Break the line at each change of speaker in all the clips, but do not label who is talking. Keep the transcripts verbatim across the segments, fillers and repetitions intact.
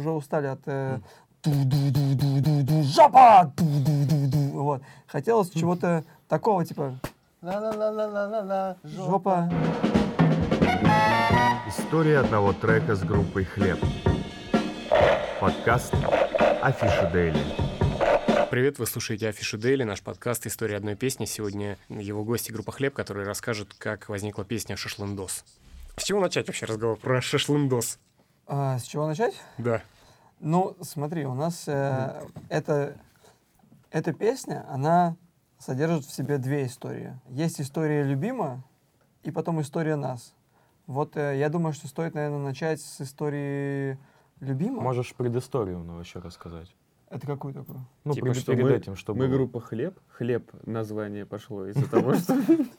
уже устали от э, ду-ду-ду-ду-ду-ду, жопа! Ду-ду-ду-ду. Вот. Хотелось чего-то такого, типа
ла-ла-ла-ла-ла-ла,
жопа.
История одного трека с группой «Хлеб». Подкаст «Афиша Дейли».
Привет, вы слушаете «Афишу Дейли», наш подкаст «История одной песни». Сегодня его гости группа «Хлеб», которые расскажут, как возникла песня «Шашлындос». С чего начать вообще разговор про шашлындос?
А, с чего начать?
Да.
Ну, смотри, у нас э, это, эта песня, она содержит в себе две истории. Есть история любима и потом история нас. Вот э, я думаю, что стоит, наверное, начать с истории любима.
Можешь предысторию ну, вообще рассказать.
Это какую такую?
Ну,
Типа,
пред-
что
перед
мы,
этим, что
мы
было.
группа «Хлеб». «Хлеб» название пошло из-за того, что...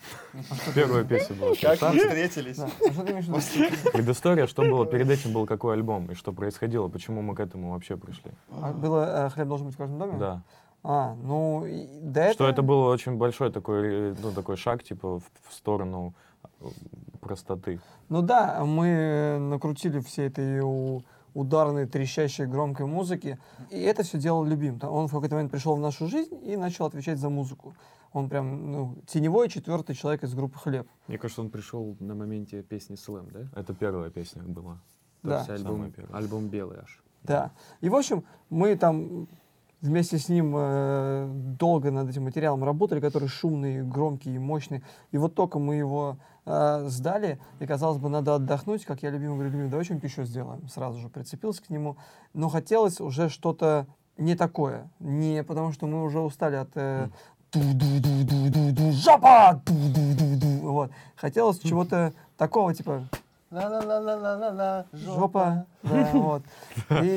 Первая песня была.
Как мы встретились?
Да. А что ты имеешь в виду?
Предыстория, что было перед этим, был какой альбом и что происходило, почему мы к этому вообще пришли.
А было э, «Хлеб должен быть в каждом доме»?
Да.
А, ну, и до этого...
Что это был очень большой такой, ну, такой шаг, типа, в, в сторону простоты.
Ну да, мы накрутили все этой у- ударной, трещащей, громкой музыки, и это все делал любим. Там Он в какой-то момент пришел в нашу жизнь и начал отвечать за музыку. Он прям, ну, теневой четвертый человек из группы «Хлеб».
Мне кажется, он пришел на моменте песни «Слэм», да?
Это первая песня была.
То
Да.
есть альбом,
Самая первая.
альбом «Белый» аж.
Да. И, в общем, мы там вместе с ним э, долго над этим материалом работали, который шумный, громкий, мощный. И вот только мы его э, сдали, и, казалось бы, надо отдохнуть, как я любимый говорю, любимый, давай что-нибудь еще сделаем. Сразу же прицепился к нему. Но хотелось уже что-то не такое. Не потому, что мы уже устали от... Э, ду-ду-ду-ду-ду-ду, жопа! Ду-ду-ду-ду. Вот. Хотелось чего-то такого, типа...
Ла-ла-ла-ла-ла-ла,
Жопа, да, вот. И,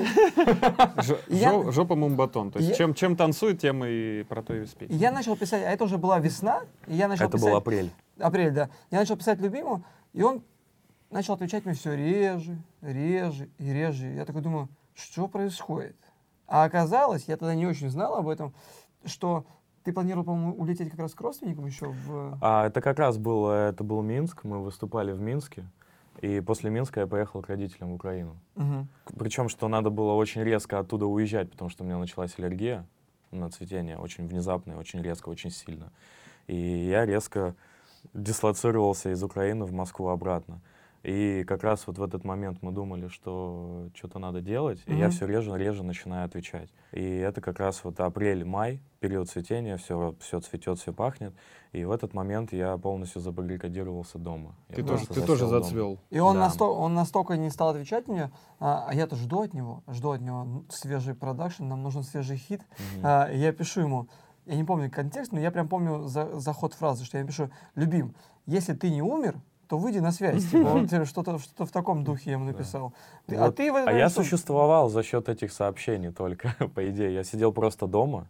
Ж-
И я-
жо- Жопа мумбатон. То есть
Я-
чем, чем танцует, тем и про то и спеть.
и я начал писать, а это уже была весна, и я начал
Это
писать...
был апрель.
Апрель, да. Я начал писать любимому, и он начал отвечать мне все реже, реже и реже. Я такой думаю, что происходит? А оказалось, я тогда не очень знал об этом, что ты планировал, по-моему, улететь как раз к родственникам еще в...
А это как раз был, это был Минск, мы выступали в Минске. И после Минска я поехал к родителям в Украину.
Мгм.
Причем, что надо было очень резко оттуда уезжать, потому что у меня началась аллергия на цветение, очень внезапная, очень резко, очень сильно. И я резко дислоцировался из Украины в Москву обратно. И как раз вот в этот момент мы думали, что что-то надо делать, и я
Мгм.
все реже, реже начинаю отвечать. И это как раз вот апрель-май, период цветения, все, все цветет, все пахнет. И в этот момент я полностью забаррикадировался дома. Я
Ты
просто
тоже, ты тоже
засел дома.
зацвел.
И он,
Да.
насто- он настолько не стал отвечать мне, а, а я-то жду от него, жду от него свежий продакшн, нам нужен свежий хит.
Мгм.
А, и я пишу ему, я не помню контекст, но я прям помню за- заход фразы, что я пишу: «Любим, если ты не умер, то выйди на связь». Типа, вот, э, что-то, что-то в таком духе я ему написал. Ты- а
Вот.
ты в этот
А я
момент что?
существовал за счет этих сообщений только, по идее. Я сидел просто дома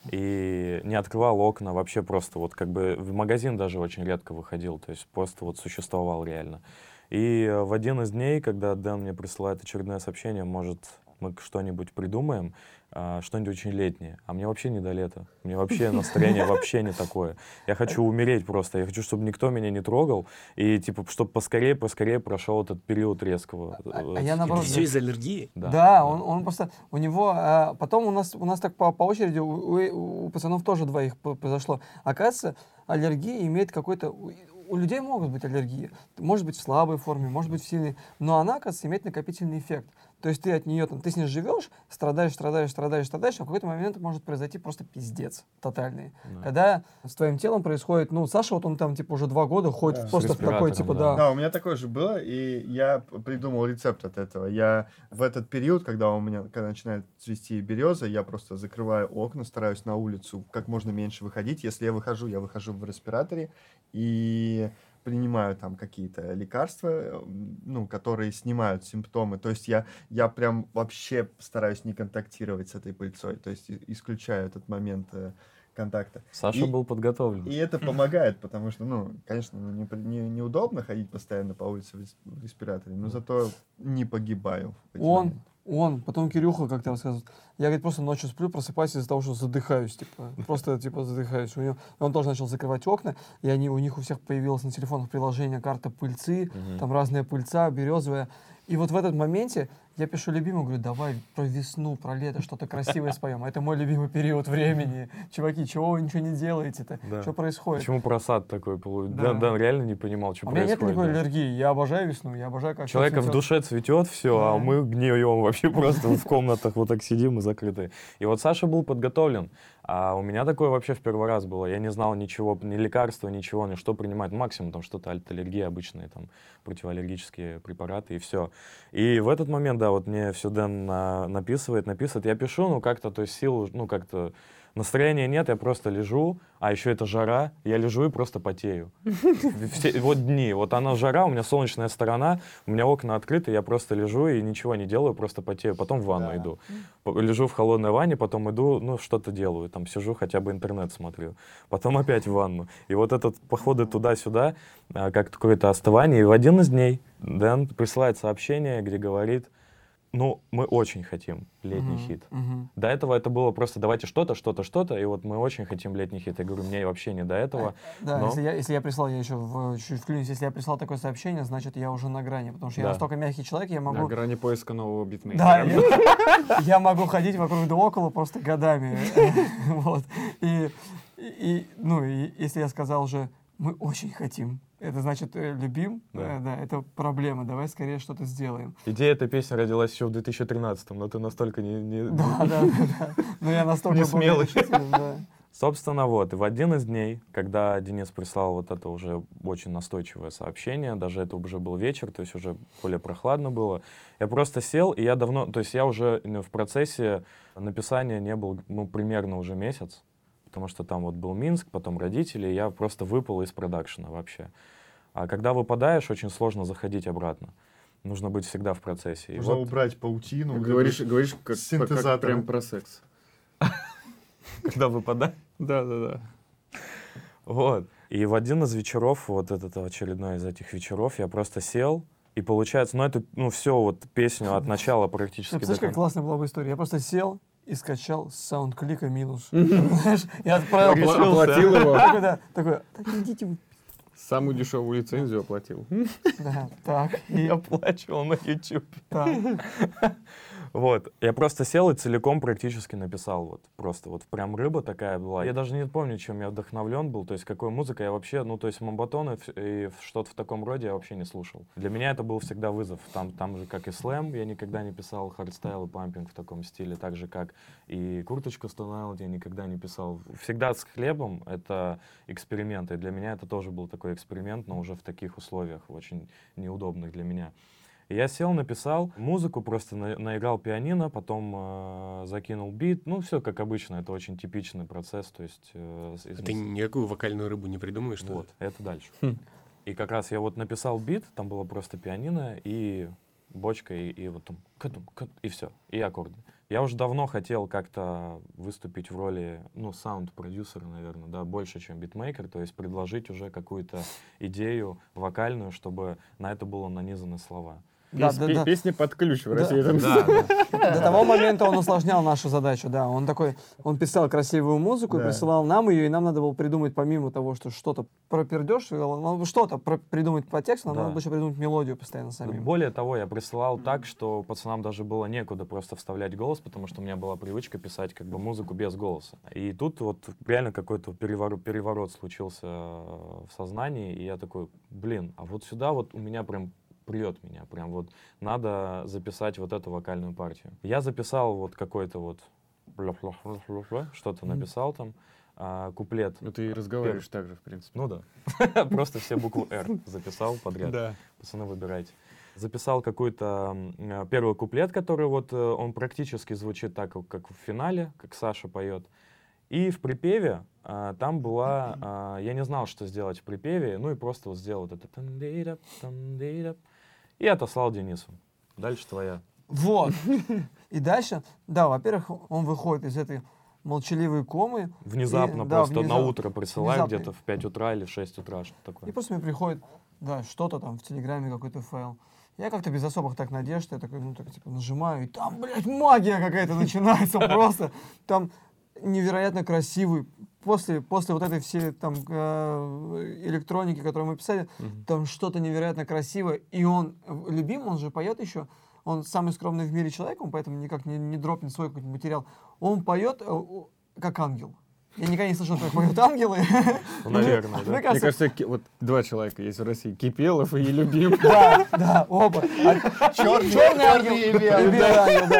и не открывал окна, вообще просто вот как бы в магазин даже очень редко выходил, то есть просто вот существовал реально. И э, в один из дней, когда Дэн мне присылает очередное сообщение, может, мы что-нибудь придумаем, а, что-нибудь очень летнее. А мне вообще не до лета. Мне вообще настроение вообще не такое. Я хочу умереть просто. Я хочу, чтобы никто меня не трогал. И, типа, чтобы поскорее, поскорее прошел этот период резкого.
А-
э,
а я
Это
наоборот,
все из аллергии?
Да, Он, он просто, у него, а, потом у нас, у нас так по, по очереди, у, у- у пацанов тоже двоих п- произошло. Оказывается, аллергия имеет какой-то, у, у людей могут быть аллергии, может быть в слабой форме, может быть в сильной, но она, оказывается, имеет накопительный эффект. То есть ты от нее, там, ты с ней живешь, страдаешь, страдаешь, страдаешь, страдаешь, а в какой-то момент может произойти просто пиздец тотальный.
Да.
Когда с твоим телом происходит, ну, Саша, вот он там, типа, уже два года ходит
Да.
просто
С
в такой,
респиратором,
типа,
да.
да.
Да, у меня такое же было, и я п- придумал рецепт от этого. Я в этот период, когда у меня, когда начинает цвести береза, я просто закрываю окна, стараюсь на улицу как можно меньше выходить. Если я выхожу, я выхожу в респираторе и принимаю там какие-то лекарства, э, ну, которые снимают симптомы. То есть я, я прям вообще стараюсь не контактировать с этой пыльцой, то есть и- исключаю этот момент э, контакта.
Саша
И-
был подготовлен.
И это помогает, потому что, ну, конечно, ну, не, не- неудобно ходить постоянно по улице в рес- в респираторе, но зато не погибаю. в эти
Он,
моменты.
он, потом Кирюха как-то рассказывает. Я, говорит, просто ночью сплю, просыпаюсь из-за того, что задыхаюсь, типа, просто, типа, задыхаюсь. У него, и он тоже начал закрывать окна, и они, у них у всех появилось на телефонах приложение карта пыльцы,
Мгм.
там разная пыльца, березовая. И вот в этот моменте я пишу любимому, говорю, давай про весну, про лето, что-то красивое споем. Это мой любимый период времени. Чуваки, чего вы ничего не делаете-то?
Да.
Что происходит?
Почему про сад такой получился?
Да.
Да. Дэн реально не понимал, что
У меня нет
происходит.
никакой
да.
аллергии. Я обожаю весну, я обожаю, как всё
Человека в
цветет.
душе цветет все,
Да.
а мы гнием вообще просто в комнатах вот так сидим и закрытые. И вот Саша был подготовлен, а у меня такое вообще в первый раз было. Я не знал ничего, ни лекарства, ничего, ни что принимать. Максимум там что-то от аллергии обычные, там противоаллергические препараты и все. И в этот момент, да, вот мне все Дэн на- написывает, написывает. Я пишу, ну как-то, то есть сил, ну как-то настроения нет, я просто лежу, а еще это жара, я лежу и просто потею. Все, вот дни, вот она жара, у меня солнечная сторона, у меня окна открыты, я просто лежу и ничего не делаю, просто потею. Потом в ванну
Да.
иду. П- Лежу в холодной ванне, потом иду, ну что-то делаю, там сижу, хотя бы интернет смотрю. Потом опять в ванну. И вот этот походы туда-сюда, а, как какое-то остывание. И в один из дней Дэн присылает сообщение, где говорит, ну, мы очень хотим летний
Мгм,
хит.
мгм.
До этого это было просто давайте что-то, что-то, что-то, и вот мы очень хотим летний хит. Я говорю, мне вообще не до этого.
Да,
Но-
если, я, если я прислал, я еще в, чуть вклинюсь, если я прислал такое сообщение, значит, я уже на грани, потому что я
Да.
настолько мягкий человек, я
На
могу...
грани поиска нового битмейкера.
Да, я, я могу ходить вокруг да около просто годами. Вот. И, и, ну, и если я сказал уже, мы очень хотим, это значит, э, любим,
Да.
э, да, это проблема, давай скорее что-то сделаем.
Идея этой песни родилась еще в две тысячи тринадцатом, но ты настолько не... не-
Да, да, да, да. Но я настолько
Не
был
смелый.
решителен, да.
Собственно, вот, и в один из дней, когда Денис прислал вот это уже очень настойчивое сообщение, даже это уже был вечер, то есть уже более прохладно было, я просто сел, и я давно, то есть я уже ну, в процессе написания не был, ну, примерно уже месяц, потому что там вот был Минск, потом родители, и я просто выпал из продакшена вообще. А когда выпадаешь, очень сложно заходить обратно. Нужно быть всегда в процессе. И
Нужно
вот,
убрать паутину.
Ну,
вот
говоришь,
эту
говоришь как, как
синтезатора.
прям про секс.
когда выпадаешь,
Да, да, да.
вот. И в один из вечеров, вот этот очередной из этих вечеров, я просто сел, и получается, ну это, ну все, вот песню от начала практически
Ты
до
представляешь, как
конца.
классная была бы история? Я просто сел и скачал с саундклика минус. Знаешь, я отправил...
Опла- Оплатил его.
Такой, да, такой, так идите вы.
Самую дешевую лицензию оплатил.
Да, так, и
Я оплачивал на YouTube.
так.
Вот. Я просто сел и целиком практически написал. Вот. Просто вот прям рыба такая была. Я даже не помню, чем я вдохновлен был. То есть какой музыкой я вообще... Ну, то есть Мамбатон и, и что-то в таком роде я вообще не слушал. Для меня это был всегда вызов. Там, там же, как и слэм, я никогда не писал хардстайл и пампинг в таком стиле. Так же, как и курточка Stone Island я никогда не писал. Всегда с хлебом это эксперимент. И для меня это тоже был такой эксперимент, но уже в таких условиях, очень неудобных для меня. И я сел, написал музыку, просто на, наиграл пианино, потом э, закинул бит. Ну, все как обычно, это очень типичный процесс. То есть, э, из-
Ты никакую вокальную рыбу не придумаешь, что ли?
вот, это дальше. И как раз я вот написал бит, там было просто пианино и бочка, и, и вот там, кадум, кад- и все, и аккорды. Я уже давно хотел как-то выступить в роли, ну, саунд-продюсера, наверное, да, больше, чем битмейкер, то есть предложить уже какую-то идею вокальную, чтобы на это было нанизаны слова.
Да,
Пес-
да,
пе-
да.
Песни под ключ в
Да.
России. там.
До того момента он усложнял нашу задачу, да. Он такой, он писал красивую музыку, и
Да.
присылал нам ее, и нам надо было придумать, помимо того, что что-то пропердешь, надо что-то про- придумать по тексту, нам
Да.
надо было еще придумать мелодию постоянно самим.
Более того, я присылал так, что пацанам даже было некуда просто вставлять голос, потому что у меня была привычка писать как бы музыку без голоса. И тут вот реально какой-то переворот, переворот случился в сознании, и я такой, блин, а вот сюда вот у меня прям прет меня, прям вот надо записать вот эту вокальную партию. Я записал вот какой-то вот что-то написал там, а, куплет.
Ну, ты и разговариваешь так же, в принципе.
Ну да, просто все буквы «Р» записал подряд.
Да.
Пацаны, выбирайте. Записал какой-то м, э, первый куплет, который вот э, он практически звучит так, как- как в финале, как Саша поет. И в припеве а, там была, а, я не знал, что сделать в припеве, ну и просто вот сделал вот это тан-ди-дап, тан-ди-дап, и отослал Денису. Дальше твоя.
Вот. И дальше, да, во-первых, он выходит из этой молчаливой комы.
Внезапно
И, да,
просто на
внезапно.
утро присылаю
Внезапно.
где-то в пять утра или в шесть утра, что
И
такое.
просто мне приходит, да, что-то там в Телеграме, какой-то файл. Я как-то без особых так надежд, я такой, ну, так, типа, нажимаю, и там, блядь, магия какая-то начинается просто. Там невероятно красивый, после, после вот этой всей там э, электроники, которую мы писали,
Мгм.
там что-то невероятно красивое. И он э, любим, он же поет еще. Он самый скромный в мире человек, он поэтому никак не, не дропнет свой какой-нибудь материал. Он поет э, о, как ангел. Я никогда не слышал, как поют ангелы.
Ну, наверное, да.
Мне
Мне
кажется-
кажется, ки- вот два человека есть в России. Кипелов и Любим.
Да, да, оба. А
Черный,
черный ангел
черный и
и
белый.
белый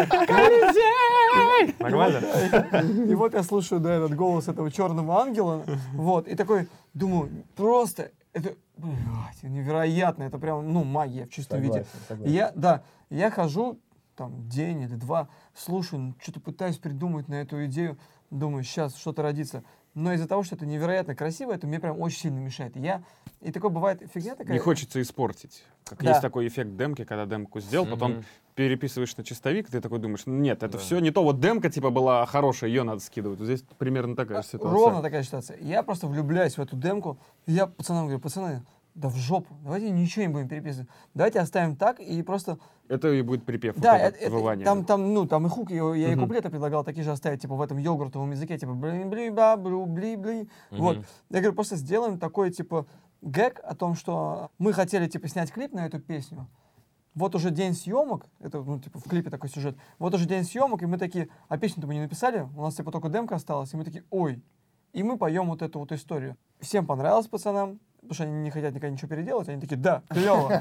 ангел, да.
Нормально?
И вот я слушаю, да, этот голос этого черного ангела, вот, и такой думаю, просто, это, блядь, невероятно, это прям, ну, магия в чистом виде.
Согласен,
И
согласен.
я, да, я хожу, там, день или два, слушаю, что-то пытаюсь придумать на эту идею, думаю, сейчас что-то родится. Но из-за того, что это невероятно красиво, это мне прям очень сильно мешает. И я, и такое бывает фигня такая.
Не хочется испортить. Как
Да.
есть такой эффект демки, когда демку сделал, потом
Мгм.
переписываешь на чистовик, и ты такой думаешь, нет, это
Да.
все не то. Вот демка типа была хорошая, ее надо скидывать. Вот здесь примерно такая же ситуация.
Ровно такая ситуация. Я просто влюбляюсь в эту демку. И я пацанам говорю, пацаны, да в жопу, давайте ничего не будем переписывать. Давайте оставим так и просто...
Это и будет припев. вот
Да,
этот,
это- это-
вывание.
там, там, ну, там и хук, я, я и
Мгм.
куплеты предлагал такие же оставить, типа в этом йогуртовом языке, типа блин бли ба блю бли бли. Вот.
Мгм.
Я говорю, просто сделаем такой, типа, гэг о том, что мы хотели, типа, снять клип на эту песню. Вот уже день съемок, это, ну, типа, в клипе такой сюжет. Вот уже день съемок, и мы такие, а песню-то мы не написали, у нас, типа, только демка осталась, и мы такие, ой. И мы поем вот эту вот историю. Всем понравилось пацанам, потому что они не хотят никогда ничего переделать, они такие, да, клево.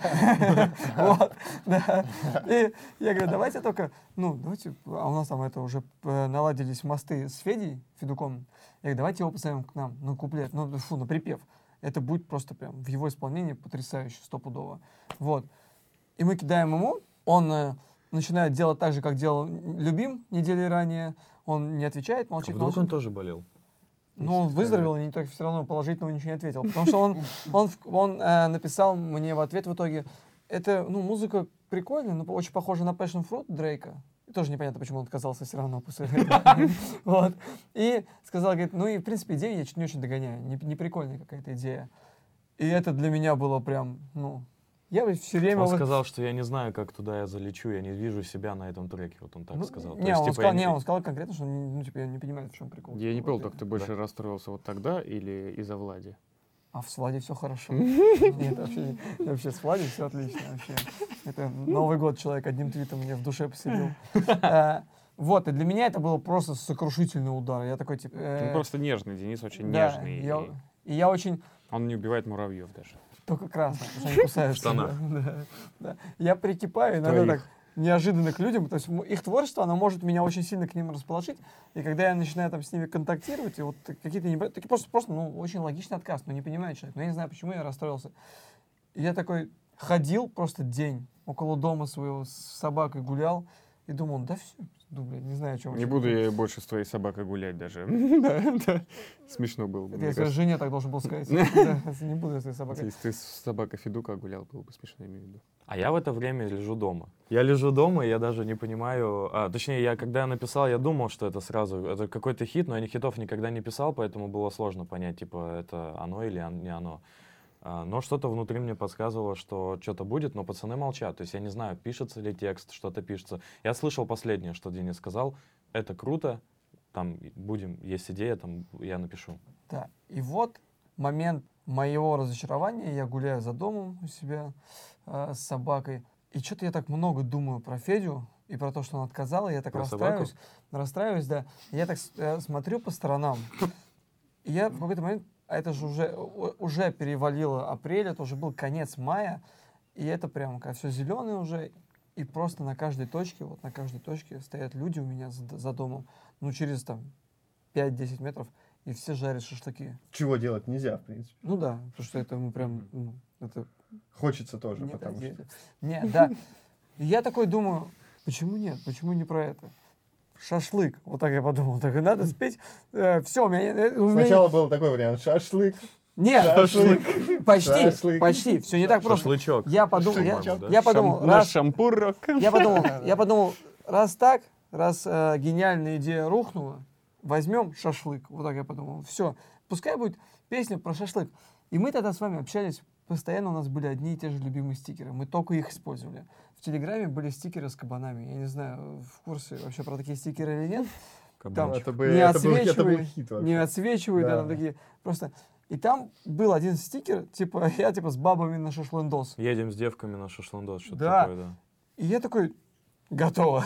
Вот, да. И я говорю, давайте только, ну, давайте, а у нас там это уже э, наладились мосты с Федей Федуком. Я говорю, давайте его позовем к нам на куплет, ну, фу, на припев. Это будет просто прям в его исполнении потрясающе, стопудово. Вот. И мы кидаем ему, он э, начинает делать так же, как делал Любим недели ранее. Он не отвечает, молчит,
Вдруг
молчит.
он тоже болел?
Ну, он выздоровел, и никто все равно положительного ничего не ответил. Потому что он, он, он э, написал мне в ответ в итоге, это, ну, музыка прикольная, но очень похожа на Passion Fruit Дрейка. И тоже непонятно, почему он отказался все равно после этого. Вот. И сказал, говорит, ну и, в принципе, идею я чуть не очень догоняю. Не, не прикольная какая-то идея. И это для меня было прям, ну... Я все время...
Он
вот-
сказал, что я не знаю, как туда я залечу, я не вижу себя на этом треке, вот он так
Ну,
сказал. То
Не,
есть,
он
типа,
сказал,
я
не, он сказал конкретно, что ну, типа, я не понимаю, в чем прикол.
Я не
Вот
понял,
это.
так ты больше расстроился вот тогда или из-за Влади?
А в Владе все хорошо. Нет, вообще, вообще с Владей все отлично. Вообще. Это Новый год человек одним твитом мне в душе поселил. А, Вот, и для меня это было просто сокрушительный удар. Я такой, типа... э,
Ну, просто нежный, Денис очень
да,
нежный.
я-
и
И я очень...
Он не убивает муравьев даже.
Только красный, потому что они кусаются.
В штанах.
Да, да. Я прикипаю иногда
Твоих.
так неожиданно к людям. То есть м- их творчество, оно может меня очень сильно к ним расположить. И когда я начинаю там с ними контактировать, и вот какие-то не... такие просто, просто ну, очень логичный отказ, но не понимает человек. Но я не знаю, почему я расстроился. И я такой ходил просто день около дома своего с собакой гулял и думал, да все, думаю, не знаю, о чем.
Не буду я больше с твоей собакой гулять даже. Да, да. Смешно было бы.
Это
мне
я своей
кажется.
жене так должен был сказать. Да, Не буду я своей собакой.
Если ты с собакой Федука гулял, было бы смешно, я имею в виду.
А я в это время лежу дома. Я лежу дома, и я даже не понимаю... А, точнее, я когда я написал, я думал, что это сразу... Это какой-то хит, но я ни хитов никогда не писал, поэтому было сложно понять, типа, это оно или он- не оно. А, но что-то внутри мне подсказывало, что что-то будет, но пацаны молчат. То есть я не знаю, пишется ли текст, что-то пишется. Я слышал последнее, что Денис сказал. Это круто, там будем, есть идея, там я напишу.
Да. И вот момент моего разочарования. Я гуляю за домом у себя э, с собакой. И что-то я так много думаю про Федю и про то, что он отказал. И я так
Про
расстраиваюсь.
собаку?
Расстраиваюсь, да. И я так с- э, смотрю по сторонам. И я в какой-то момент... А это же уже, у- уже перевалило апрель, это уже был конец мая. И это прям, когда все зеленое уже. И просто на каждой точке, вот на каждой точке стоят люди у меня за, за домом. Ну, через там пять-десять метров. И все жарят шашлыки.
Чего делать нельзя, в принципе.
Ну да, потому что это мы прям, ну, это
Хочется тоже,
нет,
потому
нет,
что...
нет, да. И я такой думаю, почему нет, почему не про это? Шашлык, вот так я подумал, так и надо спеть. все, у меня, э, у меня-
Сначала был такой вариант, шашлык.
нет,
Шашлык.
почти,
Шашлык.
почти, все не так просто.
Шашлычок.
Я подумал, я,
По-моему, да?
я подумал,
Шам- Наш
раз,
шампурок.
я подумал, я подумал, раз так, раз э, гениальная идея рухнула, возьмем шашлык. Вот так я подумал. Все, пускай будет песня про шашлык. И мы тогда с вами общались, постоянно у нас были одни и те же любимые стикеры. Мы только их использовали. В Телеграме были стикеры с кабанами. Я не знаю, в курсе вообще про такие стикеры или нет. Там
Это, бы,
не
это, был, это был
отсвечивай,
хит вообще.
не отсвечивай, да.
Да.
Там такие просто. И там был один стикер, типа, я типа с бабами на шашлындос.
Едем с девками на шашлындос, что-то
Да.
такое, да.
И я такой, готово.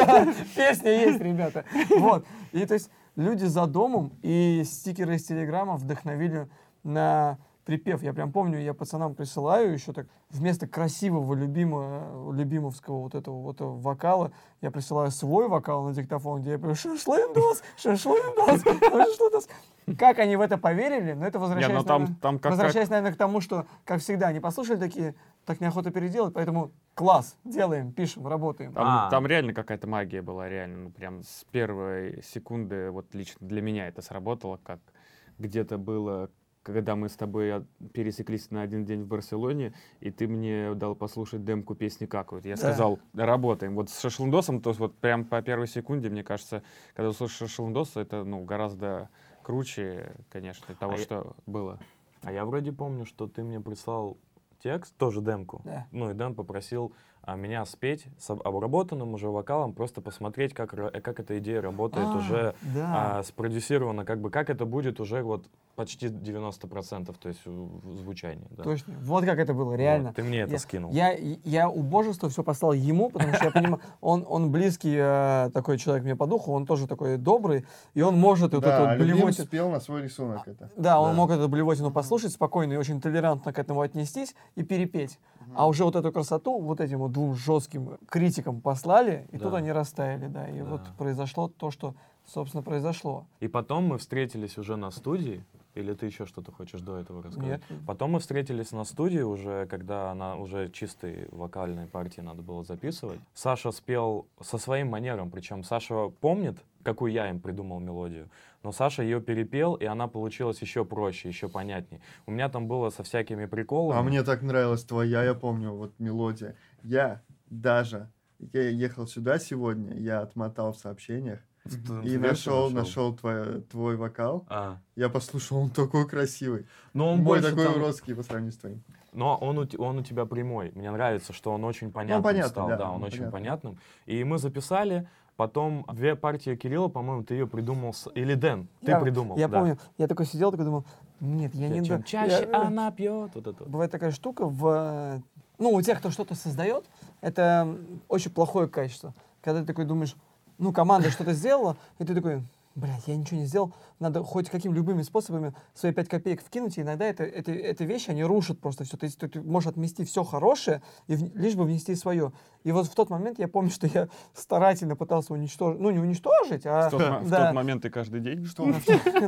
Песня есть, ребята. Вот. И то есть люди за домом и стикеры из Телеграма вдохновили на припев. Я прям помню, я пацанам присылаю еще так, вместо красивого, любимого, любимовского вот этого вот этого вокала, я присылаю свой вокал на диктофон, где я говорю шашлындос, шашлындос, шашлындос. Как они в это поверили? Но это
Не,
возвращаясь,
ну там,
наверное,
там как,
возвращаясь, наверное, к тому, что, как всегда, они послушали такие, так неохота переделать, поэтому класс, делаем, пишем, работаем.
Там,
А.
там реально какая-то магия была, реально, ну прям с первой секунды, вот лично для меня это сработало, как где-то было, когда мы с тобой от- пересеклись на один день в Барселоне, и ты мне дал послушать демку песни «Какают». Я
Да.
сказал, работаем. Вот с шашлындосом, то есть вот прям по первой секунде, мне кажется, когда услышишь шашлындос, это ну гораздо круче, конечно, того,
А я-
что было.
А я вроде помню, что ты мне прислал текст, тоже демку.
Да.
Ну и Дэн попросил а, меня спеть с об- обработанным уже вокалом, просто посмотреть, как, ра- э, как эта идея работает
А,
уже
да.
а, спродюсировано, как бы как это будет уже вот почти девяносто процентов, то есть в- в звучание. Да.
Точно. Вот как это было,
Вот,
реально.
ты мне это
я,
скинул.
Я, я убожество все послал ему, потому что я понимаю, он, он близкий э, такой человек мне по духу, он тоже такой добрый, и он может вот
Да,
эту вот
Любим
блевотину...
спел на свой рисунок это.
Да, он
Да.
мог эту блевотину послушать спокойно и очень толерантно к этому отнестись и перепеть. А уже вот эту красоту вот этим вот двум жестким критикам послали, и
Да.
тут они растаяли, да. И
Да.
вот произошло то, что, собственно, произошло.
И потом мы встретились уже на студии, или ты еще что-то хочешь до этого рассказать?
Нет.
Потом мы встретились на студии уже, когда она уже чистой вокальной партии надо было записывать. Саша спел со своим манером, причем Саша помнит, какую я им придумал мелодию, но Саша ее перепел, и она получилась еще проще, еще понятнее. У меня там было со всякими приколами.
А мне так нравилась твоя, я помню, вот мелодия. Я даже, я ехал сюда сегодня, я отмотал в сообщениях
В-
и
в
нашел,
версию
нашел твой, твой вокал.
А.
Я послушал, он такой красивый.
Но он
Мой
больше
такой
там-
уродский по сравнению с твоим.
Но он у, те- он у тебя прямой. Мне нравится, что он очень понятным
понятный,
стал.
да,
Да, он
ну,
очень
понятно.
понятным. И мы записали. Потом две партии Кирилла, по-моему, ты ее придумал. с- Или Дэн, ты
Я-
придумал.
Я
да.
помню, я такой сидел, такой думал, нет, я не...
Чем
да-
чаще
я-
она пьет. Вот это.
Бывает такая штука в... Ну, у тех, кто что-то создает, это очень плохое качество. Когда ты такой думаешь, ну, команда что-то сделала, и ты такой, блядь, я ничего не сделал, надо хоть какими любыми способами свои пять копеек вкинуть, и иногда это, это, эти вещи, они рушат просто все. То есть ты, ты можешь отмести все хорошее, и в- лишь бы внести свое. И вот в тот момент я помню, что я старательно пытался уничтожить, ну, не уничтожить, а...
В тот, мо- в
да.
тот момент и каждый день.
Что у нас?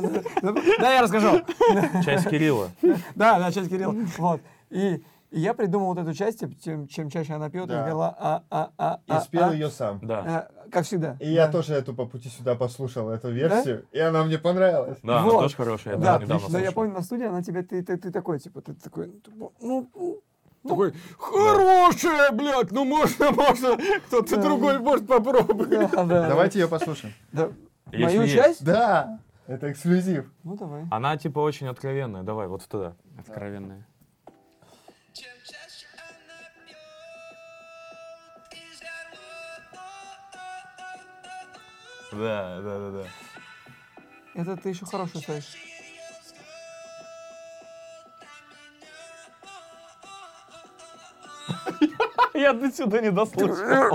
Да, я расскажу.
Часть Кирилла.
Да, да, часть Кирилл. Вот. И, и я придумал вот эту часть, типа, чем, чем чаще она пьет,
Да.
я говорила, а, а, а,
И
а,
спел
а.
ее сам.
Да.
А, как всегда.
И я
Да.
тоже эту по пути сюда послушал, эту версию, и она мне понравилась.
Да, она
Вот.
тоже хорошая. Я
Да,
тоже недавно
но я
слушал.
помню на студии, она тебе, ты, ты, ты такой, типа, ты такой, ну, ну,
Такой, хорошая, блядь, ну можно, можно, кто-то
Да.
другой может попробовать.
да, да.
Давайте ее послушаем.
Да.
Если
Мою
есть.
часть?
Да, это эксклюзив.
Ну, давай.
Она типа очень откровенная. Давай, вот туда.
Откровенная.
Да, да, да, да.
Это ты еще хорошую ставишь.
Я до сюда не дослушал.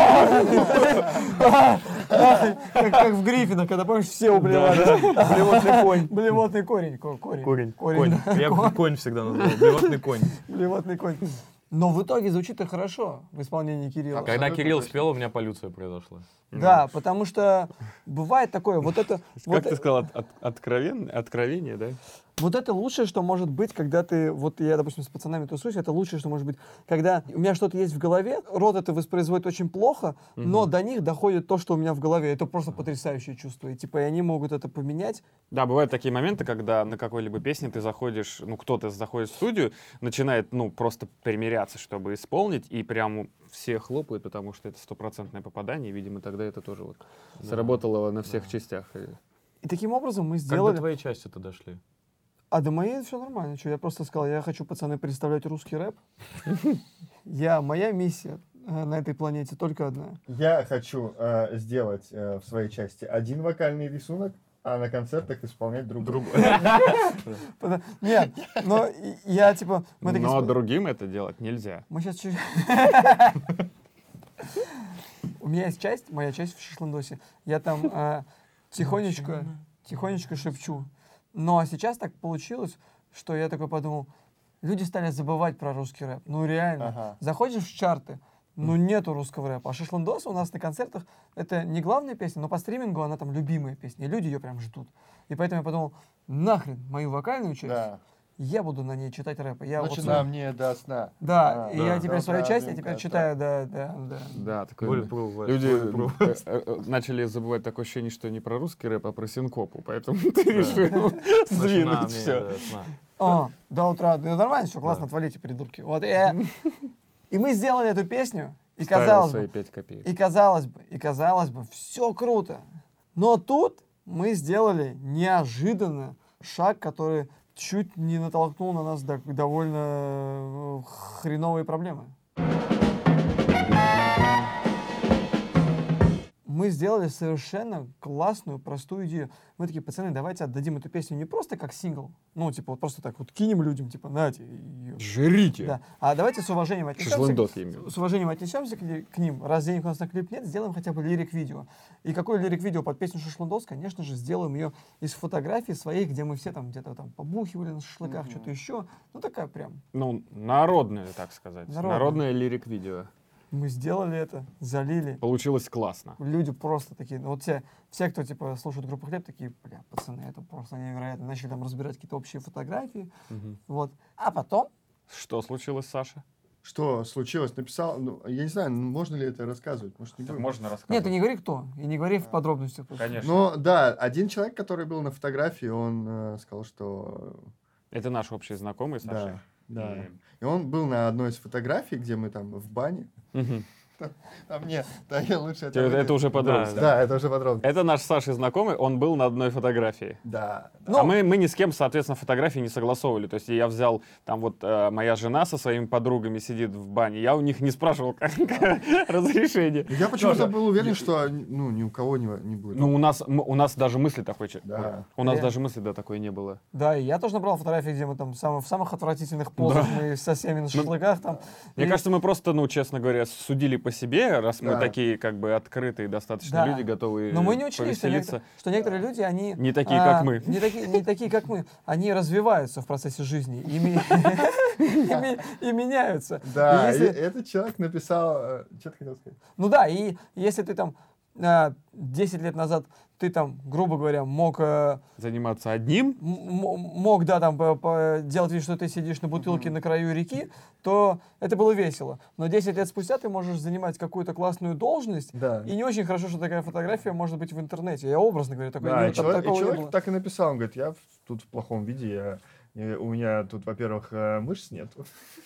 Как, как в Гриффинах, когда, помнишь, все убливали. Блевотный конь. Блевотный корень. ко- Корень.
Корень.
Корень.
Конь. Я бы конь всегда назвал. Блевотный конь.
Блевотный конь. Но в итоге звучит-то хорошо в исполнении Кирилла.
Когда
Абсолютно
Кирилл
точно.
спел, у меня полюция произошла.
Да, потому что бывает такое, вот это, вот,
Как ты сказал, от- от- откровен- откровение, да?
вот это лучшее, что может быть, когда ты, вот я, допустим, с пацанами тусуюсь, это лучшее, что может быть, когда у меня что-то есть в голове, рот это воспроизводит очень плохо, но до них доходит то, что у меня в голове. Это просто потрясающее чувство. И типа и они могут это поменять.
Да, бывают такие моменты, когда на какой-либо песне ты заходишь, ну, кто-то заходит в студию, начинает, ну, просто примиряться, чтобы исполнить, и прям все хлопают, потому что это стопроцентное попадание, и, видимо, тогда это тоже вот сработало на всех частях. И-
И таким образом мы
Как до
сделали...
твоей части-то дошли?
А до моей все нормально. Что, я просто сказал, я хочу, пацаны, представлять русский рэп. Я, моя миссия э, на этой планете, только одна.
Я хочу э, сделать э, в своей части один вокальный рисунок, а на концертах исполнять другой.
Пода- Нет, но и- я типа... Мы такие
Но
спо-
другим это делать нельзя.
Мы сейчас чуть... У меня есть часть, моя часть в Шашлындосе. Я там э, тихонечко, тихонечко шепчу. Но сейчас так получилось, что я такой подумал, люди стали забывать про русский рэп. Ну реально.
Ага.
Заходишь в чарты, ну нету русского рэпа. А Шашлындос у нас на концертах это не главная песня, но по стримингу она там любимая песня. И люди ее прям ждут. И поэтому я подумал, нахрен мою вокальную часть,
Да.
я буду на ней читать рэп. Я вот
Ночи
свой-
нам мне до сна.
Да,
А,
и
да.
я теперь
Да,
свою
да,
часть, я
дымка,
теперь
да.
читаю, да, да, да.
Да, такой...
Bulletproof,
Люди
bulletproof.
э, э, э, начали забывать такое ощущение, что не про русский рэп, а про синкопу. Поэтому ты решил
Ночи нам
сдвинуть
мне
все.
до сна.
А, до утра, да, нормально, все, классно, отвалите, придурки. Вот, и, и мы сделали эту песню, и казалось
свои
бы,
пять копеек.
и казалось бы, и казалось бы, все круто. Но тут мы сделали неожиданно шаг, который чуть не натолкнул на нас до- довольно э, хреновые проблемы. Мы сделали совершенно классную, простую идею. Мы такие, пацаны, давайте отдадим эту песню не просто как сингл, ну, типа, вот просто так вот кинем людям, типа, нате. её».
Жрите!
Да. А давайте с уважением отнесемся,
Шашлындос, я имею в виду.
с уважением отнесемся к, ли- к ним. Раз денег у нас на клип нет, сделаем хотя бы лирик-видео. И какое лирик-видео под песню Шашлындос? Конечно же, сделаем ее из фотографий своих, где мы все там где-то там побухивали на шашлыках, что-то еще. Ну, такая прям.
Ну, народное, так сказать.
Народное.
Народное лирик-видео.
Мы сделали это, залили.
Получилось классно.
Люди просто такие, ну вот все, все, кто типа слушает группу Хлеб, такие, бля, пацаны, это просто невероятно. Начали там разбирать какие-то общие фотографии,
Мгм.
вот. А потом,
Что случилось, Саша?
Что случилось? Написал, ну, я не знаю, ну, можно ли это рассказывать? Может, не будем?
Можно рассказать?
нет, ты не говори кто, и не говори в подробностях.
Конечно.
Ну, да, один человек, который был на фотографии, он э, сказал, что...
Это наш общий знакомый, Саша.
Да, да.
И-
И он был на одной из фотографий, где мы там в бане.
Мгм.
А мне, да, я лучше
Это, это уже подробности.
Да, это уже подробно.
Это наш с Сашей знакомый, он был на одной фотографии.
Да.
Ну,
а мы, мы ни с кем, соответственно, фотографии не согласовывали. То есть я взял, там вот э, моя жена со своими подругами сидит в бане, я у них не спрашивал как, разрешения.
Я почему-то был уверен, что ну, ни у кого не, не будет.
Ну, у нас, м- у нас даже мысли такой... че-
Да.
У нас
Я-
даже мысли, да, такой не было.
да, и я тоже набрал фотографии, где мы там сам- в самых отвратительных позах, мы со всеми на шашлыках там.
Мне
И-
кажется, мы просто, ну, честно говоря, судили по себе, раз мы
Да.
такие, как бы, открытые достаточно
Да.
люди, готовые
Но мы не учли, что,
повеселиться.
некотор- что некоторые люди, они...
Не такие,
а,
как мы.
Не такие, не такие, как мы. Они развиваются в процессе жизни и, ми- и ми- и меняются.
Да,
И
и
если-
этот человек написал... э, Что ты хотел сказать?
Ну да, и если ты там а, десять лет назад, ты там, грубо говоря, мог... э,
Заниматься одним,
м- м- мог, да, там, по- по- делать вид, что ты сидишь на бутылке на краю реки, то это было весело. Но десять лет спустя ты можешь занимать какую-то классную должность,
Да.
и не очень хорошо, что такая фотография может быть в интернете. Я образно говорю, такой,
Да,
ну,
и
там
человек, и
такого не
человек
было.
так и написал, он говорит, я в- тут в плохом виде, я, и у меня тут, во-первых, э, мышц нету.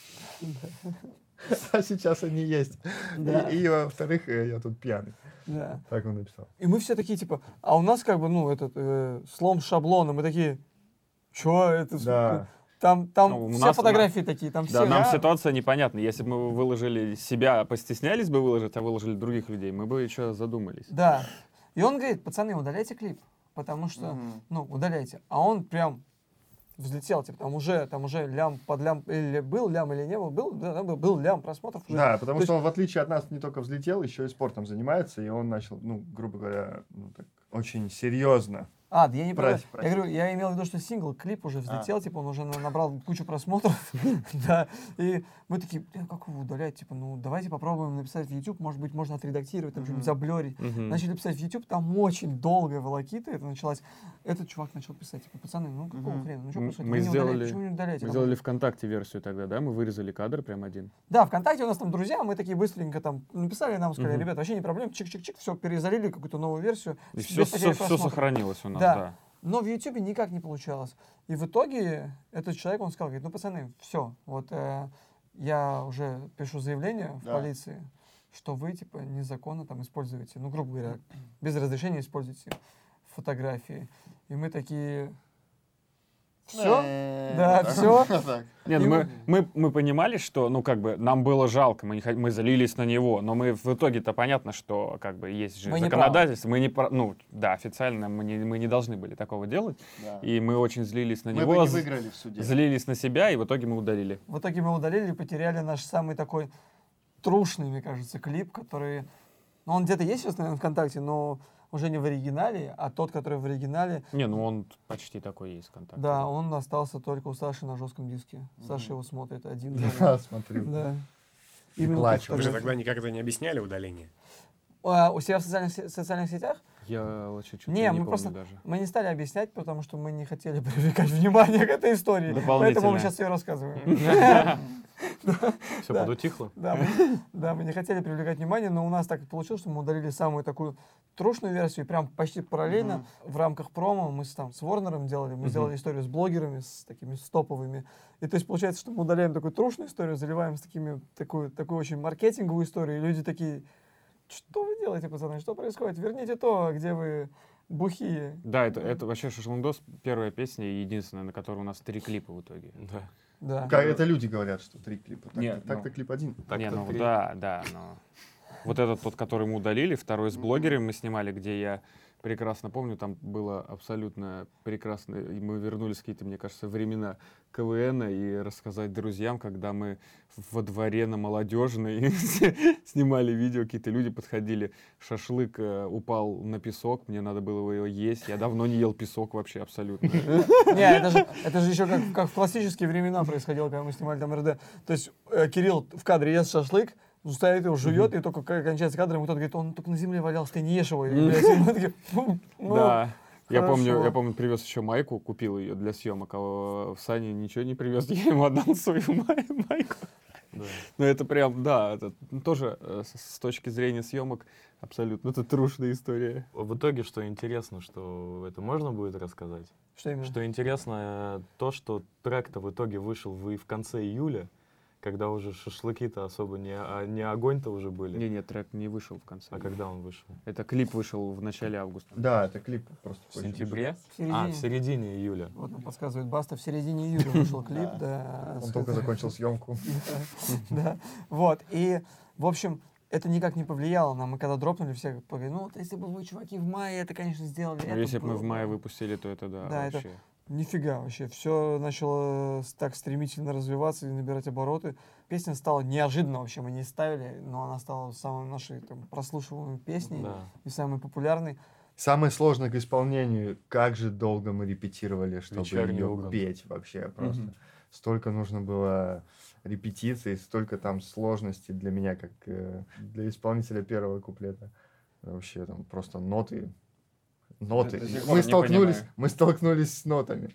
А сейчас они есть.
Да.
И, и, во-вторых, э, я тут пьяный.
Да.
Так он написал.
И мы все такие, типа, а у нас как бы, ну, этот, э, слом шаблона, мы такие, чё это?
Да.
Там, там
Ну, у
все
нас-
фотографии такие, там
да,
все...
нам ситуация непонятна. Если бы мы выложили себя, постеснялись бы выложить, а выложили других людей, мы бы еще задумались.
Да. И он говорит, пацаны, удаляйте клип, потому что, ну, удаляйте. А он прям взлетел, типа, там уже, там уже лям под лям, или был лям, или не был, был, да, был, был лям просмотров уже.
Да, потому
То
что он, в отличие от нас, не только взлетел, еще и спортом занимается, и он начал, ну, грубо говоря, ну, так, очень серьезно.
А, да я не
Прости,
понимаю.
прости.
Я говорю, я имел в виду, что сингл, клип уже взлетел, типа, он уже на- набрал кучу просмотров, да, и мы такие, блин, как его удалять, типа, ну, давайте попробуем написать в YouTube, может быть, можно отредактировать, там, что-нибудь заблерить.
Мгм.
Начали писать в YouTube, там очень долгая волокита это началась. Этот чувак начал писать, типа, пацаны, ну, какого хрена, ну, что
М-
происходит?
мы
Вы не
сделали-
удаляете, почему не удаляете?
Мы
Там-
сделали ВКонтакте версию тогда, да? Мы вырезали кадр прям один.
Да, ВКонтакте у нас там друзья, мы такие быстренько там написали, нам сказали,
Мгм.
ребята, вообще не проблем, чик-чик-чик, все, перезалили какую-то новую версию.
И
без
все,
потери
все,
просмотров.
сохранилось у нас,
Да.
да.
Но в Ютубе никак не получалось. И в итоге этот человек, он сказал, говорит, ну, пацаны, все, вот э, я уже пишу заявление в
Да.
полиции, что вы, типа, незаконно там используете, ну, грубо говоря, без разрешения используете фотографии. И мы такие, Все?
Э,
Да,
вот так.
всё.
Вот так.
Нет,
И
мы, мы, мы понимали, что, ну, как бы, нам было жалко, мы, не, хот- мы злились на него, но мы в итоге-то понятно, что, как бы, есть же
Мы не
законодательство, мы не, про- ну, да, официально мы не, мы не должны были такого делать,
Да.
и мы очень злились на
Мы
него,
бы не
з-
выиграли в суде.
злились на себя, и в итоге мы удалили.
В итоге мы удалили и потеряли наш самый такой трушный, мне кажется, клип, который... Ну, он где-то есть сейчас, наверное, ВКонтакте, но уже не в оригинале, а тот, который в оригинале,
Не, ну он почти такой есть контакт.
да, он остался только у Саши на жестком диске. Саша его смотрит один.
Да, смотрю.
Да.
И
Именно
плачу.
тот
Вы же
второй.
тогда никогда не объясняли удаление?
А, у себя в социальных, се- социальных сетях?
Я вообще что-то
Не,
не,
мы
помню
просто
даже.
мы не стали объяснять, потому что мы не хотели привлекать внимание к этой истории. Поэтому мы
Дополнительно.
сейчас ее рассказываем.
Все
Да.
подутихло?
Да, мы, да, мы не хотели привлекать внимание, но у нас так получилось, что мы удалили самую такую трушную версию, и прям почти параллельно в рамках промо мы с, там, с Ворнером делали, мы сделали историю с блогерами, с такими стоповыми. И то есть получается, что мы удаляем такую трушную историю, заливаем с такими, такую, такую очень маркетинговую историю, и люди такие, что вы делаете, пацаны, что происходит? Верните то, где вы бухие.
Да, это, это вообще Шашлындос, первая песня и единственная, на которой у нас три клипа в итоге.
Да.
Да.
Как это люди говорят, что три клипа. Так-
Нет,
Так-то
ну.
клип один.
Не,
Так-то
ну
три.
да, да, но... Вот этот тот, который мы удалили, второй с блогерами мы снимали, где я прекрасно помню, там было абсолютно прекрасно, и мы вернулись в какие-то, мне кажется, времена КВН и рассказать друзьям, когда мы во дворе на Молодежной снимали видео, какие-то люди подходили, шашлык э, упал на песок, мне надо было его есть, я давно не ел песок вообще абсолютно.
Не, это же, это же еще как, как в классические времена происходило, когда мы снимали там РД. То есть э, Кирилл в кадре ест шашлык, стоит его, жует, и только когда кончается кадр, ему кто-то говорит, он только на земле валялся, ты не ешь его. И, блядь, и мы такие, «Фу, ну,
Да. Я помню,
хорошо».
я помню, привез еще майку, купил ее для съемок, а в Сане ничего не привез, я ему отдал свою май- майку.
Да.
Ну это прям, да, это тоже э, с, с точки зрения съемок абсолютно, это трушная история.
В итоге, что интересно, что это можно будет рассказать?
Что именно?
Что интересно, э, то, что трек-то в итоге вышел в, в конце июля, когда уже шашлыки-то особо не, а, не огонь-то уже были.
Не, нет, трек не вышел в конце.
А когда он вышел?
Это клип вышел в начале августа.
Да, это клип просто.
В
очень
сентябре?
В середине.
А, в середине июля.
Вот нам подсказывает Баста, в середине июля вышел клип,
Да.
да.
Он только закончил съемку.
Да, вот, и, в общем, это никак не повлияло на мы когда дропнули, все говорили, ну, вот если бы вы, чуваки, в мае это, конечно, сделали.
Но
это
если бы мы
было
в
бы».
мае выпустили, то это да,
Да, это-
вообще.
Нифига вообще, все начало с- так стремительно развиваться и набирать обороты. Песня стала неожиданно вообще, мы не ставили, но она стала самой нашей там, прослушиваемой песней
Да.
и самой популярной.
Самое сложное к исполнению, как же долго мы репетировали, чтобы
Вечерний
ее
Ургант.
петь вообще просто.
Мгм.
Столько нужно было репетиций, столько там сложностей для меня, как э, для исполнителя первого куплета. Вообще там просто ноты. Ноты.
До сих пор
Мы
не
столкнулись,
понимаю.
мы столкнулись с нотами.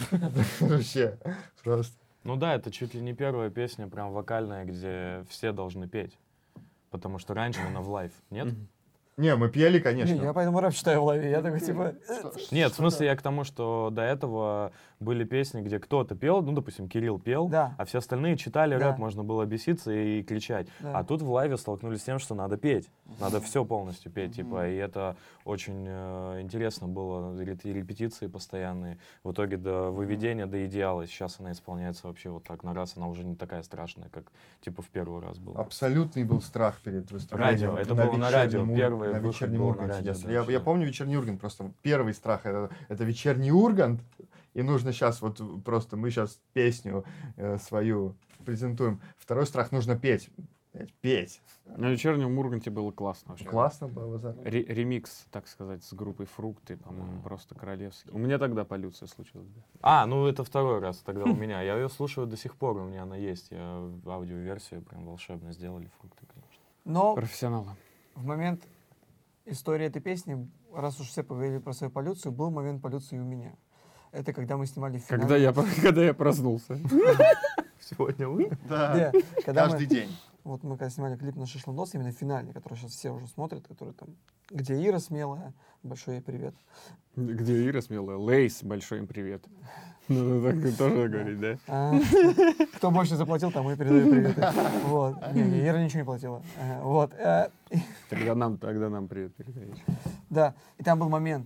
Вообще просто.
Ну да, это чуть ли не первая песня, прям вокальная, где все должны петь. Потому что раньше именно в лайв, нет?
Не, мы пели, конечно.
Не, я поэтому рэп читаю в лайве, я такой типа...
Нет, в смысле я к тому, что до этого были песни, где кто-то пел, ну, допустим, Кирилл пел,
Да.
а все остальные читали
Да.
рэп, можно было беситься и кричать.
Да.
А тут в лайве столкнулись с тем, что надо петь, надо все полностью петь, типа, и это очень э, интересно было, ре- репетиции постоянные, в итоге до выведения до идеала, сейчас она исполняется вообще вот так на раз, она уже не такая страшная, как, типа, в первый раз была.
Абсолютный был страх перед выступлением.
Радио, это было на радио,
вечернем Ур-
первый
на
выход
вечернем
был на
Урганте.
радио,
Если-
да,
я, я
да.
помню вечерний Ургант, просто первый страх это, это вечерний Ургант, и нужно сейчас вот просто мы сейчас песню э, свою презентуем. Второй страх нужно петь, Блядь, петь.
На вечернем Урганте было классно вообще.
Классно было, да.
Ре- ремикс, так сказать, с группой «Фрукты», по-моему, просто королевский. У меня тогда полюция случилась. Да.
А, ну это второй раз тогда у меня. Я ее слушаю до сих пор, у меня она есть. Я аудиоверсию прям волшебно сделали, фрукты, конечно.
Но
Профессионалы.
в момент истории этой песни, раз уж все поговорили про свою полюцию, был момент полюции и у меня. Это когда мы снимали финал.
Когда я, когда я проснулся.
Сегодня вы?
Да.
Да, когда
Каждый
мы,
день.
вот мы когда снимали клип на Шашлындос, именно финальный, который сейчас все уже смотрят, который там, где Ира смелая, большой ей привет.
Где Ира смелая. Лейс, большой им привет. Ну, так тоже говорить, да?
А, кто больше заплатил, тому и передаю привет. Вот. Не, не, Ира ничего не платила. Ага, вот. э,
Тогда нам, тогда нам привет передаешь.
Да, и там был момент,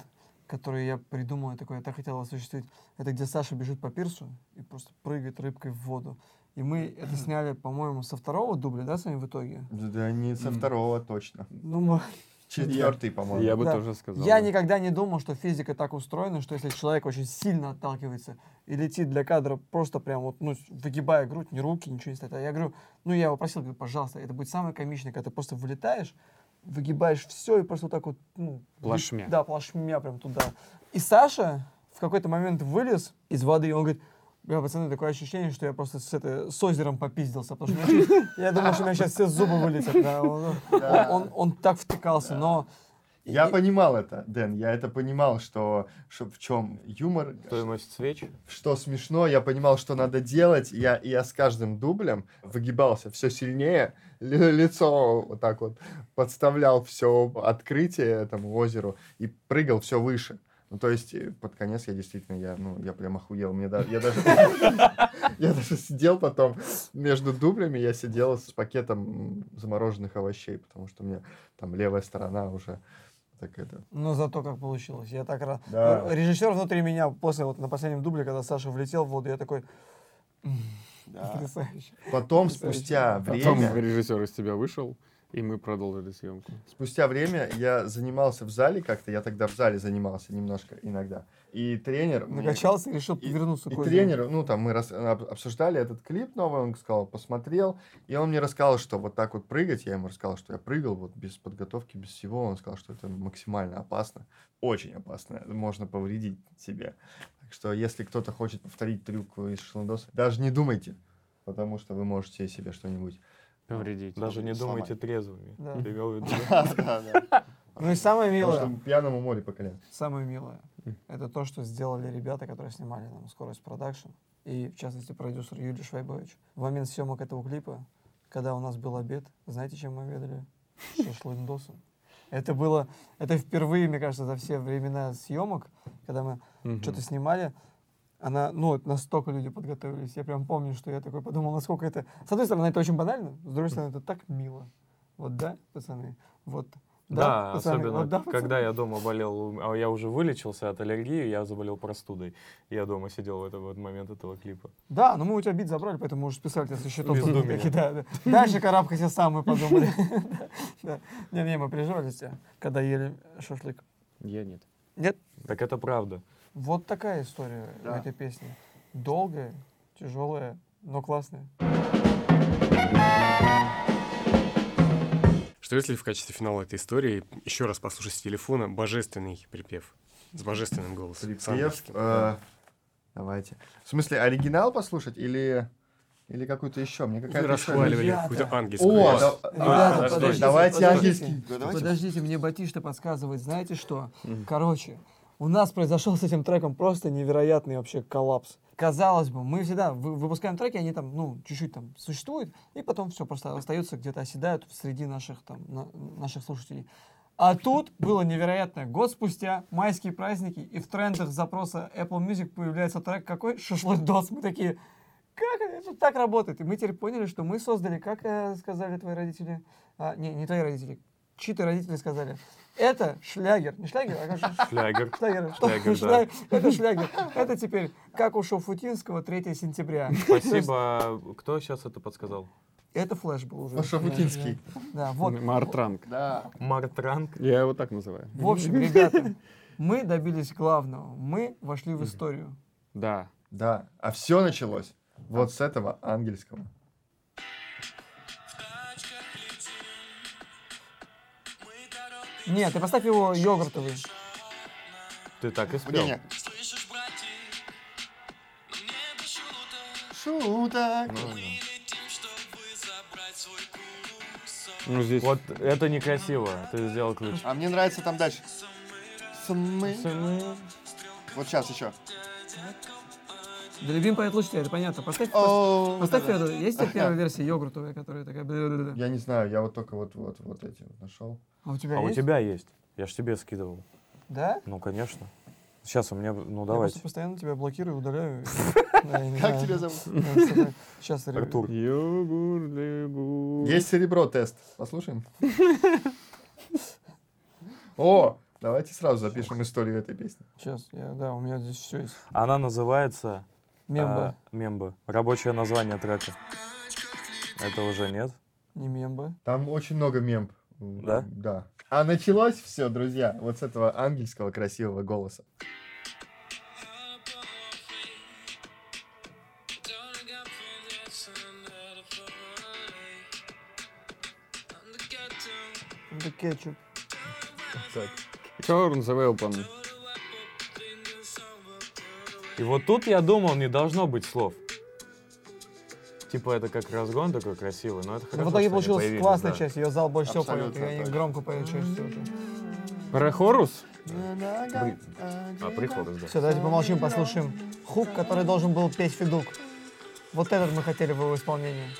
которую я придумал, я такой, я так хотел осуществить. Это где Саша бежит по пирсу и просто прыгает рыбкой в воду. И мы это сняли, по-моему, со второго дубля, да, с вами в итоге?
Да не со второго точно.
Ну, мы...
Четвертый, по-моему.
Я бы
Да.
тоже сказал.
Я
да.
никогда не думал, что физика так устроена, что если человек очень сильно отталкивается и летит для кадра просто прям вот, ну, выгибая грудь, ни руки, ничего не стоит. А я говорю, ну, я его просил, говорю, пожалуйста, это будет самое комичное, когда ты просто вылетаешь, выгибаешь все и просто вот так вот, ну...
Плашмя.
Да, плашмя прям туда. И Саша в какой-то момент вылез из воды, и он говорит, бля, пацаны, такое ощущение, что я просто с, это, с озером попиздился, потому что я, чуть- я думал, что у меня сейчас все зубы вылетят. Да, он,
Да.
он, он, он так втыкался, но...
Я
и-
понимал это, Дэн, я это понимал, что, что в чем юмор,
Стоимость свеч.
что смешно, я понимал, что надо делать, и я, и я с каждым дублем выгибался все сильнее, ли- лицо вот так вот подставлял все открытие этому озеру и прыгал все выше. Ну, то есть, э, под конец я действительно, я, ну, я прям охуел. Мне да- я даже, я даже сидел потом между дублями, я сидел с пакетом м, замороженных овощей, потому что мне там левая сторона уже так это...
Но зато как получилось. Я так рад.
Да.
Режиссер внутри меня после вот на последнем дубле, когда Саша влетел в воду, я такой... «М, Потрясающе.
Потом, спустя
Потом
время,
режиссер из тебя вышел, и мы продолжили съемку.
спустя время я занимался в зале как-то, я тогда в зале занимался немножко иногда, и тренер... мне-
Накачался и решил
И,
вернуться
и
к озеру.
тренер, ну там мы рас- об- обсуждали этот клип новый, он сказал, посмотрел, и он мне рассказал, что вот так вот прыгать, я ему рассказал, что я прыгал вот без подготовки, без всего, он сказал, что это максимально опасно, очень опасно, можно повредить себе. Так что если кто-то хочет повторить трюк из Шашлындоса, даже не думайте, потому что вы можете себе что-нибудь...
Повредить.
Даже не
Сломать.
думайте трезвыми.
Да.
Ты имел в виду?
Ну и самое
Потому
милое,
что пьяному море по колено.
самое милое, это то, что сделали ребята, которые снимали нам «Скорость продакшн», и в частности продюсер Юрий Швайбович. В момент съемок этого клипа, когда у нас был обед, знаете, чем мы обедали? Шашлындосом. Это было, это впервые, мне кажется, за все времена съемок, когда мы
Мгм.
что-то снимали, она, ну, вот настолько люди подготовились. Я прям помню, что я такой подумал, насколько это... С одной стороны, это очень банально, с другой стороны, это так мило. Вот, да, пацаны? Вот.
Да,
пацаны?
особенно
Вот, да, пацаны?
когда я дома болел, а я уже вылечился от аллергии, я заболел простудой. Я дома сидел в этот вот момент этого клипа.
Да, но мы у тебя бит забрали, поэтому можешь списать, если счетов тут
Безумие.
никаких. Да, да. Дальше карабкайся сам, мы подумали. Да. Не-не, мы переживали за тебя, когда ели шашлык.
Я нет.
Нет?
Так это правда.
Вот такая история у
Да.
этой песни. Долгая, тяжелая, но классная.
Что если в качестве финала этой истории еще раз послушать с телефона божественный припев с божественным голосом? с
Припев.
ангельским?
э, Давайте. В смысле, оригинал послушать или, или какой-то еще? Мне
Вы
какая-то еще-
расхваливали
ребята.
какой-то ангельский
О,
голос.
да-
Ребята,
а,
подождите,
давайте
подождите.
ангельский.
Подождите, мне Батишта подсказывает, знаете что? Короче, у нас произошел с этим треком просто невероятный вообще коллапс. Казалось бы, мы всегда вы- выпускаем треки, они там, ну, чуть-чуть там существуют, и потом все просто остаются где-то, оседают среди наших там, на- наших слушателей. А тут было невероятное. Год спустя, майские праздники, и в трендах запроса Apple Music появляется трек какой? Шашлындос. Мы такие, как это так работает? И мы теперь поняли, что мы создали, как э, сказали твои родители, а, не, не твои родители, чьи-то родители сказали, это шлягер. Не шлягер, а как
Шлягер.
шлягер.
Шлягер,
Шля- Это шлягер. Это теперь как у Шафутинского третьего сентября.
Спасибо. Кто сейчас это подсказал?
Это флеш был уже.
Ну, Шафутинский.
Да, вот.
Мартранг.
Да.
Мартранг.
Я его так называю.
В общем, ребята, мы добились главного. Мы вошли в историю.
Да.
Да. А все началось вот с этого ангельского.
Нет, ты поставь его йогуртовый.
Ты так и спел.
Не-не. Шуток.
Ну, здесь...
Вот это некрасиво. Ты сделал ключ.
А мне нравится там дальше. Смы. Вот сейчас еще.
Да, любим поэт лучше тебя, это понятно. Поставь,
О,
поставь
да-да.
эту. Есть у тебя первая версия йогуртовая, которая такая... бля-бля-бля?
Я не знаю, я вот только вот вот вот эти вот нашел.
А у тебя
А у
есть?
тебя есть. Я ж тебе скидывал.
Да?
Ну, конечно. Сейчас у меня, ну
Я просто
давайте.
постоянно тебя блокирую, удаляю. Да, я не
Как
знаю.
тебя зовут?
Сейчас,
Артур.
Йогурт для губ.
Есть серебро тест. Послушаем. О, Давайте сразу запишем историю этой песни.
Сейчас, я, да, у меня здесь все есть.
Она называется...
Мемба.
а, Мемба. Рабочее название трека. Это уже нет?
Не мемба.
Там очень много мемб.
Да?
Да. А началось все, друзья, вот с этого ангельского красивого голоса.
Это кетчуп.
Turn the weapon.
И вот тут я думал, не должно быть слов. Типа это как разгон такой красивый, но это
Но
хорошо,
в итоге
что они
получилась
появились,
классная
да.
часть, ее зал больше всего поет, и
Абсолютно
они
точно.
громко поют чаще всего.
Прохорус?
А, приход, да.
Все, давайте помолчим, послушаем хук, который должен был петь Федук. Вот этот мы хотели в его исполнении.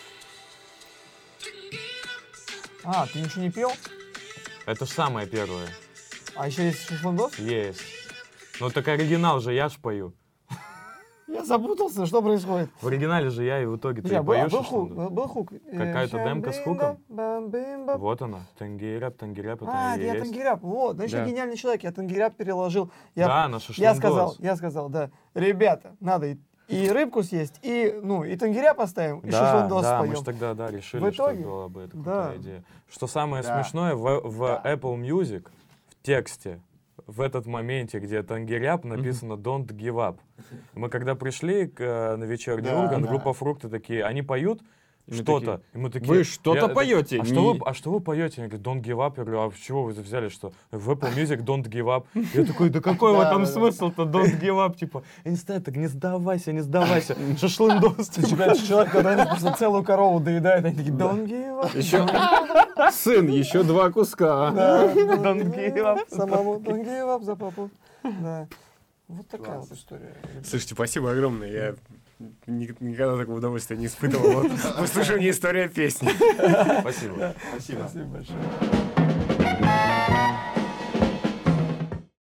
А, ты ничего не пел?
Это ж самое первое.
А еще есть шашлындос?
Есть. Ну так оригинал же я ж пою.
Я запутался, что происходит?
В оригинале же я, и в итоге ты
Друзья, был,
поешь
был
что-то.
хук, был хук.
Какая-то демка с хуком?
Бам-бим-бам.
Вот она. Тангиряп, тангиряп, это
А,
и
я
есть.
Тангиряп, вот, значит, я
Да.
гениальный человек, я Тангиряп переложил. Я,
Да, на
я
шашлындос.
сказал, я сказал, да, ребята, надо и, и рыбку съесть, и, ну, и Тангиряп поставим, и
Да,
шашлындос
да, мы
споем.
же тогда, да, решили,
В итоге,
что была бы это
да.
крутая идея. Что самое
Да.
смешное, в, в
Да.
Apple Music, в тексте, в этот моменте, где Тангиряп, написано «Don't give up». Мы когда пришли к, э, на вечерний
Да,
Ургант,
да.
группа «Фрукты» такие, они поют
И мы
что-то. И мы такие,
Вы что-то
я-
поете,
А
не-
что, вы, а что вы поете? Они говорят, don't give up. Я говорю, а с чего вы это взяли, что в Apple Music don't give up? Я такой, да какой в
Да,
этом
да, да.
смысл-то don't give up? Типа, я не знаю, так не сдавайся, не сдавайся. Шашлындос.
Ты читаешь, человек, который просто целую корову доедает, они такие, don't give up.
Еще сын, еще два куска.
Да,
Don't give up.
Самому don't give up за папу. Да. Вот такая вот история.
Слушайте, спасибо огромное. Я ни- никогда такого удовольствия не испытывал вот, в слушании истории песни.
Спасибо.
Спасибо.
Спасибо большое.